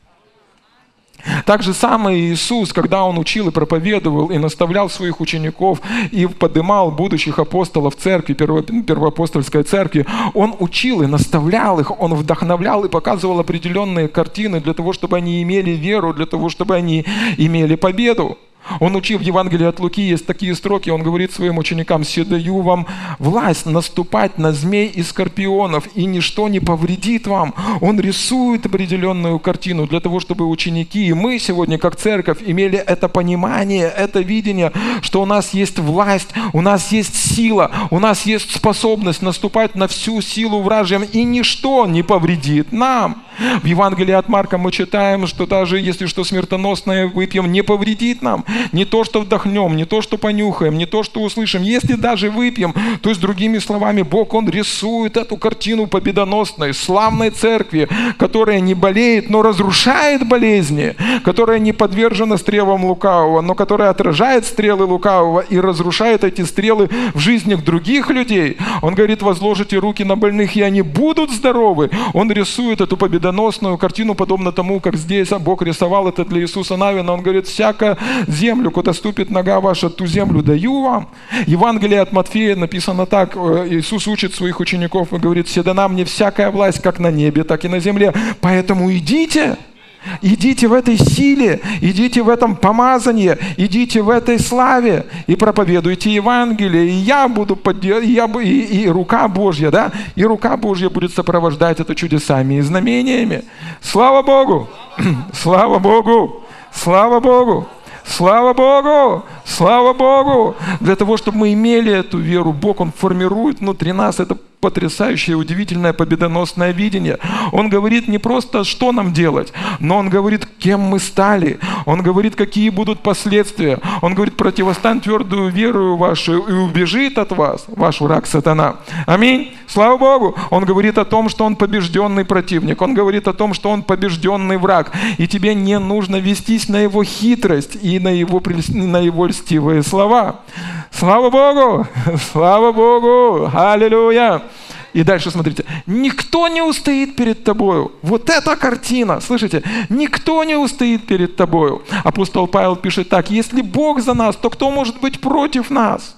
Так же самое Иисус, когда Он учил и проповедовал, и наставлял своих учеников, и поднимал будущих апостолов церкви, первоапостольской церкви, Он учил и наставлял их, Он вдохновлял и показывал определенные картины для того, чтобы они имели веру, для того, чтобы они имели победу. Он учил в Евангелии от Луки, есть такие строки, Он говорит своим ученикам, «Се даю вам власть наступать на змей и скорпионов, и ничто не повредит вам». Он рисует определенную картину для того, чтобы ученики и мы сегодня, как церковь, имели это понимание, это видение, что у нас есть власть, у нас есть сила, у нас есть способность наступать на всю силу вражьим, и ничто не повредит нам. В Евангелии от Марка мы читаем, что даже если что смертоносное выпьем, не повредит нам. Не то, что вдохнем, не то, что понюхаем, не то, что услышим. Если даже выпьем, то есть, другими словами, Бог, Он рисует эту картину победоносной, славной церкви, которая не болеет, но разрушает болезни, которая не подвержена стрелам лукавого, но которая отражает стрелы лукавого и разрушает эти стрелы в жизнях других людей. Он говорит, возложите руки на больных, и они будут здоровы. Он рисует эту победоносную картину, подобно тому, как здесь Бог рисовал это для Иисуса Навина. Он говорит, всякая землю, куда ступит нога ваша, ту землю даю вам. Евангелие от Матфея написано так. Иисус учит своих учеников и говорит, «Се дана мне всякая власть, как на небе, так и на земле. Поэтому идите». Идите в этой силе, идите в этом помазании, идите в этой славе и проповедуйте Евангелие. И я буду и рука Божья, да? И рука Божья будет сопровождать это чудесами и знамениями. Слава Богу! Слава Богу! Слава Богу! Слава Богу! Слава Богу! Для того, чтобы мы имели эту веру, Бог, Он формирует внутри нас это потрясающее, удивительное, победоносное видение. Он говорит не просто, что нам делать, но Он говорит, кем мы стали. Он говорит, какие будут последствия. Он говорит, противостань твердую верою вашу, и убежит от вас ваш враг сатана. Аминь. Слава Богу. Он говорит о том, что Он побежденный противник. Он говорит о том, что Он побежденный враг. И тебе не нужно вестись на его хитрость и на его льстивые слова. Слава Богу! Слава Богу! Аллилуйя! И дальше смотрите. Никто не устоит перед тобою. Вот эта картина, слышите? Никто не устоит перед тобою. Апостол Павел пишет так. Если Бог за нас, то кто может быть против нас?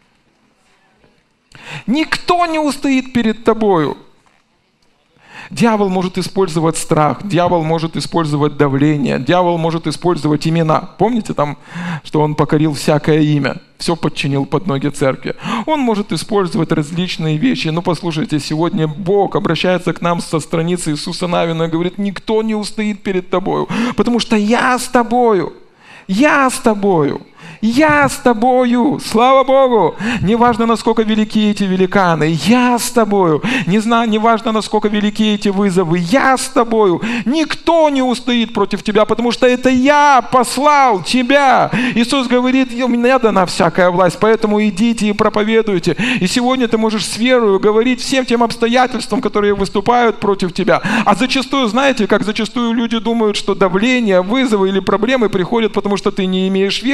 Никто не устоит перед тобою. Дьявол может использовать страх, дьявол может использовать давление, дьявол может использовать имена. Помните там, что он покорил всякое имя, все подчинил под ноги церкви. Он может использовать различные вещи. Но послушайте, сегодня Бог обращается к нам со страницы Иисуса Навина и говорит, никто не устоит перед тобою, потому что я с тобою, я с тобою. Я с тобою, слава Богу. Неважно, насколько велики эти великаны, я с тобою. Неважно, насколько велики эти вызовы, я с тобою. Никто не устоит против тебя, потому что это я послал тебя. Иисус говорит, мне дана всякая власть, поэтому идите и проповедуйте. И сегодня ты можешь с верою говорить всем тем обстоятельствам, которые выступают против тебя. А зачастую, знаете, как зачастую люди думают, что давление, вызовы или проблемы приходят, потому что ты не имеешь веры.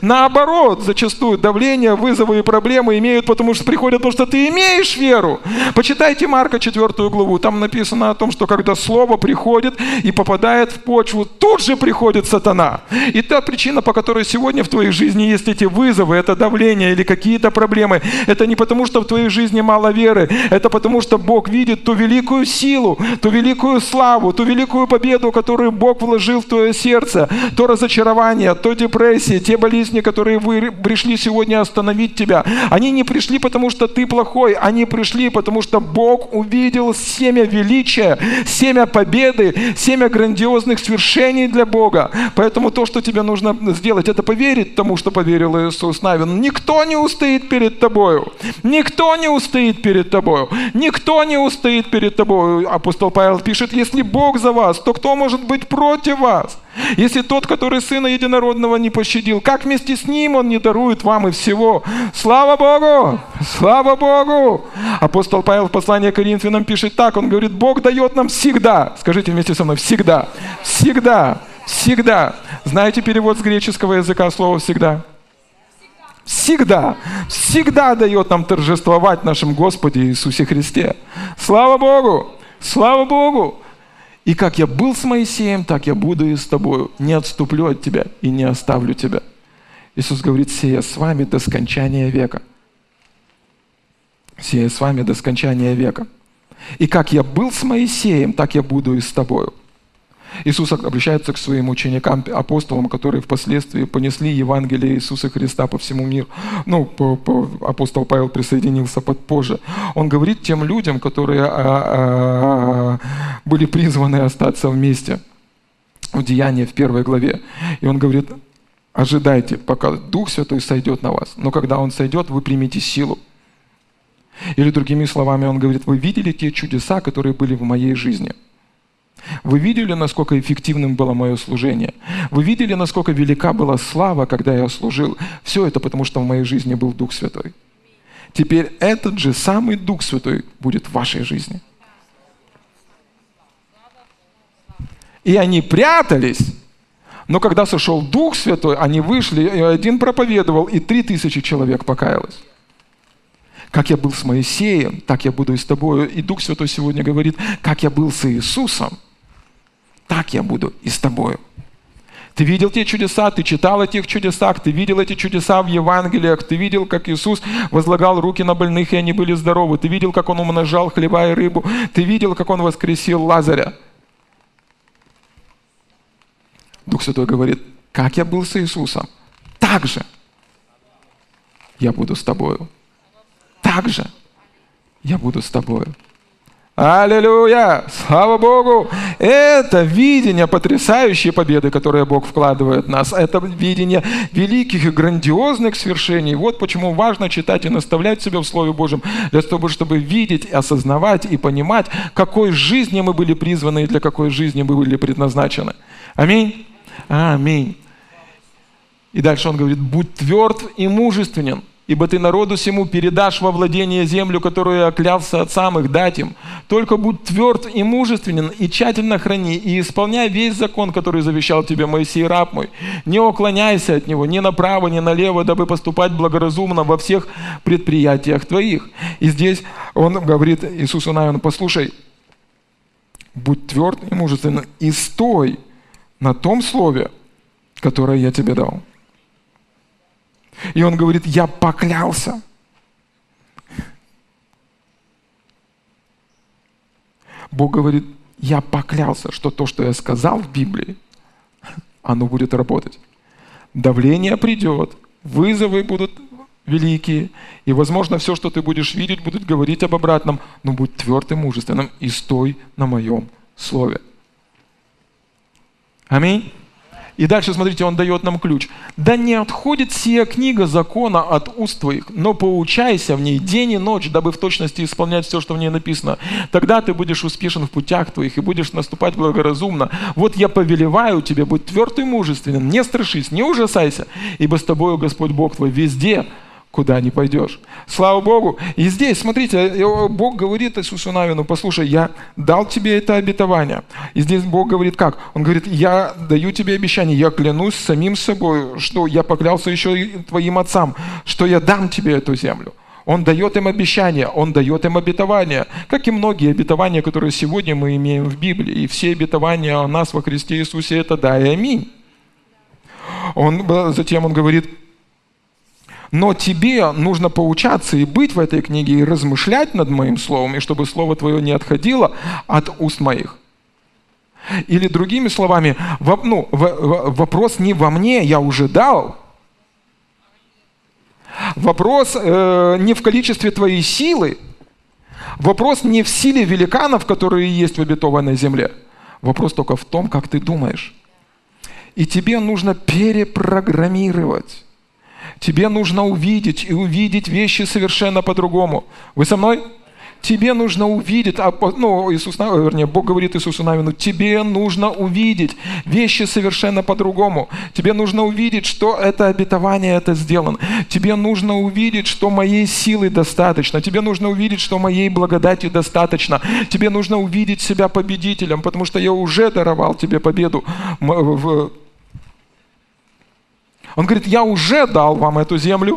Наоборот, зачастую давление, вызовы и проблемы имеют, потому что приходят, потому что ты имеешь веру. Почитайте Марка 4 главу. Там написано о том, что когда слово приходит и попадает в почву, тут же приходит сатана. И та причина, по которой сегодня в твоей жизни есть эти вызовы, это давление или какие-то проблемы, это не потому, что в твоей жизни мало веры, это потому, что Бог видит ту великую силу, ту великую славу, ту великую победу, которую Бог вложил в твое сердце, то разочарование, то депрессия, те болезни, которые пришли сегодня остановить тебя. Они не пришли, потому что ты плохой, они пришли, потому что Бог увидел семя величия, семя победы, семя грандиозных свершений для Бога. Поэтому то, что тебе нужно сделать, это поверить тому, что поверил Иисус Навин. Никто не устоит перед тобою. Никто не устоит перед тобою. Никто не устоит перед тобою. Апостол Павел пишет, если Бог за вас, то кто может быть против вас? Если тот, который Сына Единородного не пощадил, как вместе с Ним Он не дарует вам и всего? Слава Богу! Слава Богу! Апостол Павел в послании к Коринфянам пишет так, он говорит, Бог дает нам всегда. Скажите вместе со мной, всегда. Всегда. Всегда. Знаете перевод с греческого языка слова «всегда»? Всегда. Всегда дает нам торжествовать в нашем Господе Иисусе Христе. Слава Богу! Слава Богу! И как я был с Моисеем, так я буду и с тобою. Не отступлю от тебя и не оставлю тебя. Иисус говорит, сея с вами до скончания века. Сея с вами до скончания века. И как я был с Моисеем, так я буду и с тобою. Иисус обращается к своим ученикам, апостолам, которые впоследствии понесли Евангелие Иисуса Христа по всему миру. Апостол Павел присоединился позже. Он говорит тем людям, которые были призваны остаться вместе в Деянии в 1 главе. И он говорит, ожидайте, пока Дух Святой сойдет на вас. Но когда Он сойдет, вы примите силу. Или другими словами, он говорит, вы видели те чудеса, которые были в моей жизни? Вы видели, насколько эффективным было мое служение? Вы видели, насколько велика была слава, когда я служил? Все это потому, что в моей жизни был Дух Святой. Теперь этот же самый Дух Святой будет в вашей жизни. И они прятались, но когда сошел Дух Святой, они вышли, и один проповедовал, и 3000 человек покаялось. Как я был с Моисеем, так я буду и с тобою. И Дух Святой сегодня говорит, как я был с Иисусом, так я буду и с тобою. Ты видел те чудеса, ты читал о тех чудесах, ты видел эти чудеса в Евангелиях, ты видел, как Иисус возлагал руки на больных, и они были здоровы. Ты видел, как Он умножал хлеба и рыбу. Ты видел, как Он воскресил Лазаря. Дух Святой говорит, как я был с Иисусом, так же я буду с тобою. Так же я буду с тобою. Аллилуйя! Слава Богу! Это видение потрясающей победы, которое Бог вкладывает в нас. Это видение великих и грандиозных свершений. Вот почему важно читать и наставлять себя в Слове Божьем, для того, чтобы видеть, осознавать и понимать, какой жизни мы были призваны и для какой жизни мы были предназначены. Аминь? Аминь. И дальше он говорит, будь тверд и мужественен, ибо ты народу сему передашь во владение землю, которую я клялся отцам их дать им. Только будь тверд и мужественен, и тщательно храни, и исполняй весь закон, который завещал тебе Моисей, раб мой. Не уклоняйся от него ни направо, ни налево, дабы поступать благоразумно во всех предприятиях твоих. И здесь он говорит Иисусу Навину, послушай, будь тверд и мужественен, и стой на том слове, которое я тебе дал. И он говорит, я поклялся. Бог говорит, я поклялся, что то, что я сказал в Библии, оно будет работать. Давление придет, вызовы будут великие, и, возможно, все, что ты будешь видеть, будут говорить об обратном, но будь твердым, мужественным и стой на моем слове. Аминь. И дальше, смотрите, он дает нам ключ. «Да не отходит сия книга закона от уст твоих, но поучайся в ней день и ночь, дабы в точности исполнять все, что в ней написано. Тогда ты будешь успешен в путях твоих и будешь наступать благоразумно. Вот я повелеваю тебе, будь тверд и мужественен, не страшись, не ужасайся, ибо с тобою Господь Бог твой везде, куда не пойдешь. Слава Богу. И здесь, смотрите, Бог говорит Иисусу Навину: послушай, я дал тебе это обетование. И здесь Бог говорит как? Он говорит: я даю тебе обещание, я клянусь самим собой, что я поклялся еще и твоим отцам, что я дам тебе эту землю. Он дает им обещания, Он дает им обетования, как и многие обетования, которые сегодня мы имеем в Библии. И все обетования о нас во Христе Иисусе — это да и аминь. Затем Он говорит: но тебе нужно поучаться и быть в этой книге, и размышлять над моим словом, и чтобы слово твое не отходило от уст моих. Или другими словами, вопрос не во мне, я уже дал. Вопрос не в количестве твоей силы. Вопрос не в силе великанов, которые есть в обетованной земле. Вопрос только в том, как ты думаешь. И тебе нужно перепрограммировать. Тебе нужно увидеть увидеть вещи совершенно по-другому. Вы со мной? Тебе нужно увидеть, Бог говорит Иисусу Навину: тебе нужно увидеть вещи совершенно по-другому. Тебе нужно увидеть, что это обетование, это сделано. Тебе нужно увидеть, что моей силы достаточно. Тебе нужно увидеть, что моей благодати достаточно. Тебе нужно увидеть себя победителем, потому что я уже даровал тебе победу. Он говорит: я уже дал вам эту землю.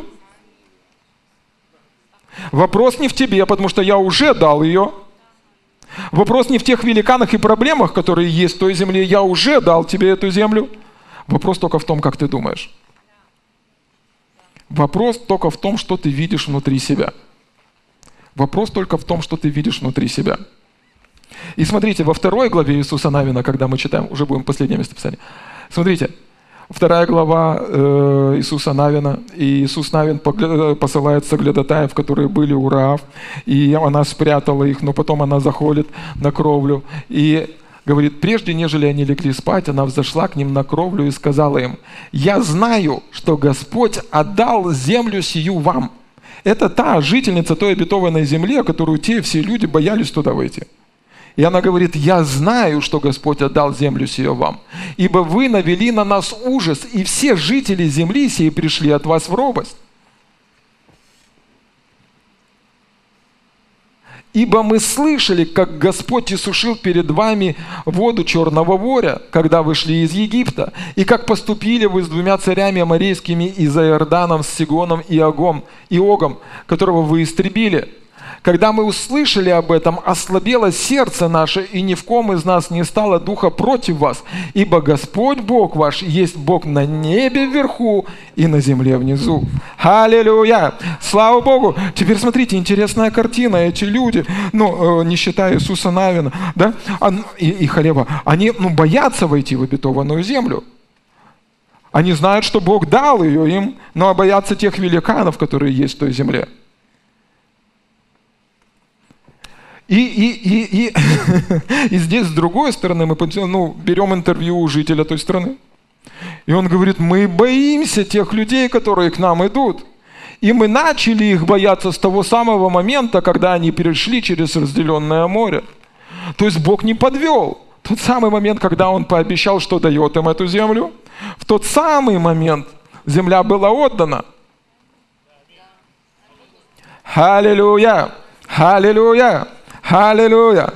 Вопрос не в тебе, потому что я уже дал ее. Вопрос не в тех великанах и проблемах, которые есть в той земле. Я уже дал тебе эту землю. Вопрос только в том, как ты думаешь. Вопрос только в том, что ты видишь внутри себя. Вопрос только в том, что ты видишь внутри себя. И смотрите, во 2 главе Иисуса Навина, когда мы читаем, уже будем последнее местописание. Смотрите, 2 глава Иисуса Навина, и Иисус Навин посылает соглядатаев, которые были у Раав, и она спрятала их, но потом она заходит на кровлю и говорит: прежде нежели они легли спать, она взошла к ним на кровлю и сказала им: я знаю, что Господь отдал землю сию вам. Это та жительница той обетованной земли, которую те все люди боялись туда войти. И она говорит: я знаю, что Господь отдал землю сию вам, ибо вы навели на нас ужас, и все жители земли сей пришли от вас в робость. Ибо мы слышали, как Господь иссушил перед вами воду Черного моря, когда вы шли из Египта, и как поступили вы с 2 царями аморейскими и за Иорданом, с Сигоном и Огом, которого вы истребили. Когда мы услышали об этом, ослабело сердце наше, и ни в ком из нас не стало духа против вас, ибо Господь Бог ваш есть Бог на небе вверху и на земле внизу. Аллилуйя! Слава Богу! Теперь смотрите, интересная картина. Эти люди, не считая Иисуса Навина, да, и Халева, они боятся войти в обетованную землю. Они знают, что Бог дал ее им, но боятся тех великанов, которые есть в той земле. И здесь, с другой стороны, мы берем интервью у жителя той страны. И он говорит: мы боимся тех людей, которые к нам идут. И мы начали их бояться с того самого момента, когда они перешли через разделенное море. То есть Бог не подвел. Тот самый момент, когда Он пообещал, что дает им эту землю, в тот самый момент земля была отдана. Аллилуйя! Аллилуйя! Аллилуйя!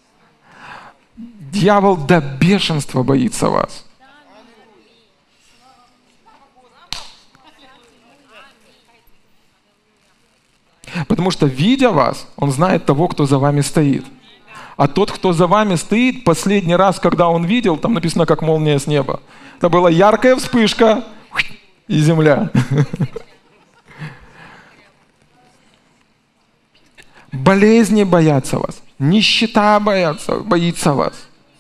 Дьявол до бешенства боится вас. Потому что, видя вас, он знает того, кто за вами стоит. А тот, кто за вами стоит, последний раз, когда он видел, там написано, как молния с неба. Это была яркая вспышка и земля. Болезни боятся вас, нищета боится вас,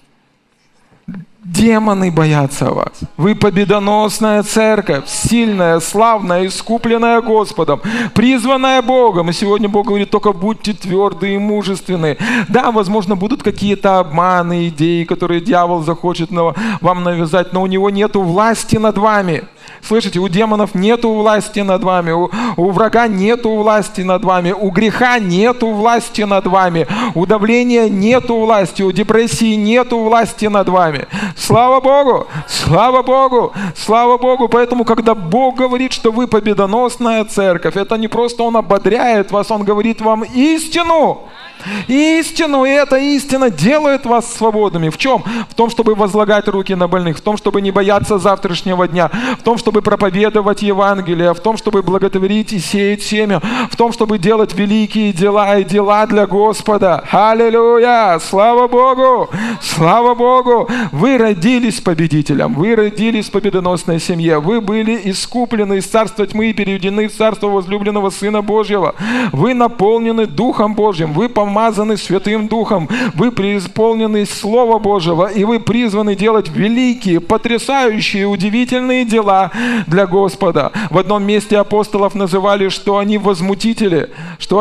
демоны боятся вас. Вы победоносная церковь, сильная, славная, искупленная Господом, призванная Богом. И сегодня Бог говорит: только будьте тверды и мужественны. Да, возможно, будут какие-то обманы, идеи, которые дьявол захочет вам навязать, но у него нету власти над вами. Слышите, у демонов нету власти над вами, у врага нету власти над вами, у греха нету власти над вами, у давления нету власти, у депрессии нету власти над вами. Слава Богу! Слава Богу! Слава Богу! Поэтому, когда Бог говорит, что вы победоносная церковь, это не просто Он ободряет вас, Он говорит вам истину. Истину, и эта истина делает вас свободными. В чем? В том, чтобы возлагать руки на больных, в том, чтобы не бояться завтрашнего дня, в том, чтобы проповедовать Евангелие, в том, чтобы благотворить и сеять семя, в том, чтобы делать великие дела и дела для Господа. Аллилуйя! Слава Богу! Слава Богу! Вы родились победителем, вы родились в победоносной семье, вы были искуплены из царства тьмы и переведены в царство возлюбленного Сына Божьего. Вы наполнены Духом Божьим, вы помазаны Святым Духом, вы преисполнены Слова Божьего, и вы призваны делать великие, потрясающие, удивительные дела для Господа. В одном месте апостолов называли, что они возмутители,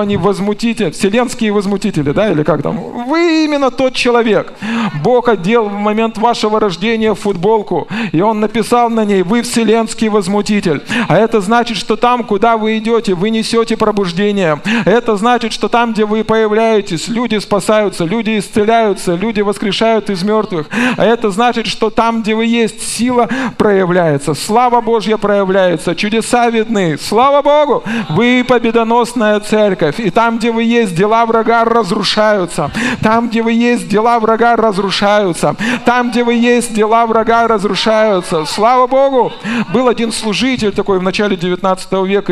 вселенские возмутители, да, или как там? Вы именно тот человек. Бог одел в момент вашего рождения футболку, и Он написал на ней: вы вселенский возмутитель. А это значит, что там, куда вы идете, вы несете пробуждение. Это значит, что там, где вы появляетесь, люди спасаются, люди исцеляются, люди воскрешают из мертвых. А это значит, что там, где вы есть, сила проявляется, слава Божья проявляется, чудеса видны. Слава Богу! Вы победоносная церковь. И там, где вы есть, дела врага разрушаются. Там, где вы есть, дела врага разрушаются. Там, где вы есть, дела врага разрушаются. Слава Богу! Был один служитель такой в начале 19 века,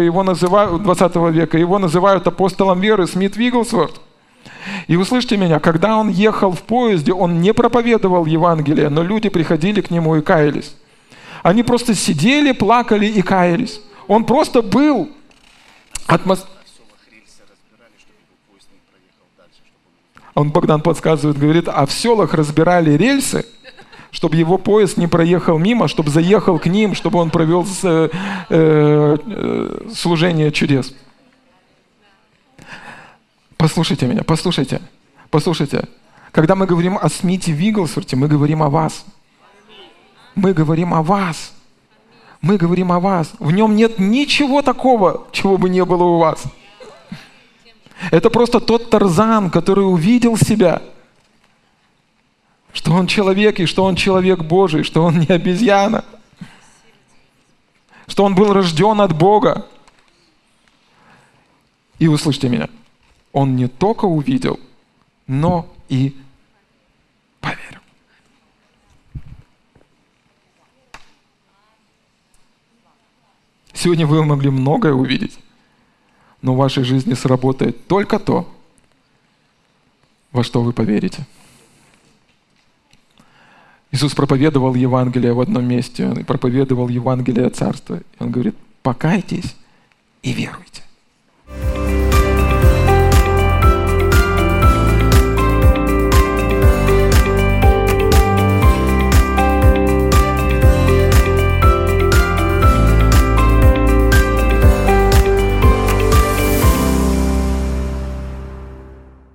20 века, его называют апостолом веры, Смит Вигглсворт. И услышьте меня, когда он ехал в поезде, он не проповедовал Евангелие, но люди приходили к нему и каялись. Они просто сидели, плакали и каялись. Он просто был Он, Богдан подсказывает, говорит, а в селах разбирали рельсы, чтобы его поезд не проехал мимо, чтобы заехал к ним, чтобы он провел служение чудес. Послушайте меня, послушайте. Когда мы говорим о Смите Вигглсворте, мы говорим о вас. Мы говорим о вас. Мы говорим о вас. В нем нет ничего такого, чего бы не было у вас. Это просто тот Тарзан, который увидел себя, что он человек, и что он человек Божий, что он не обезьяна, что он был рожден от Бога. И услышьте меня, он не только увидел, но и поверил. Сегодня вы могли многое увидеть, но в вашей жизни сработает только то, во что вы поверите. Иисус проповедовал Евангелие в одном месте, Он проповедовал Евангелие Царства. Он говорит, покайтесь и веруйте.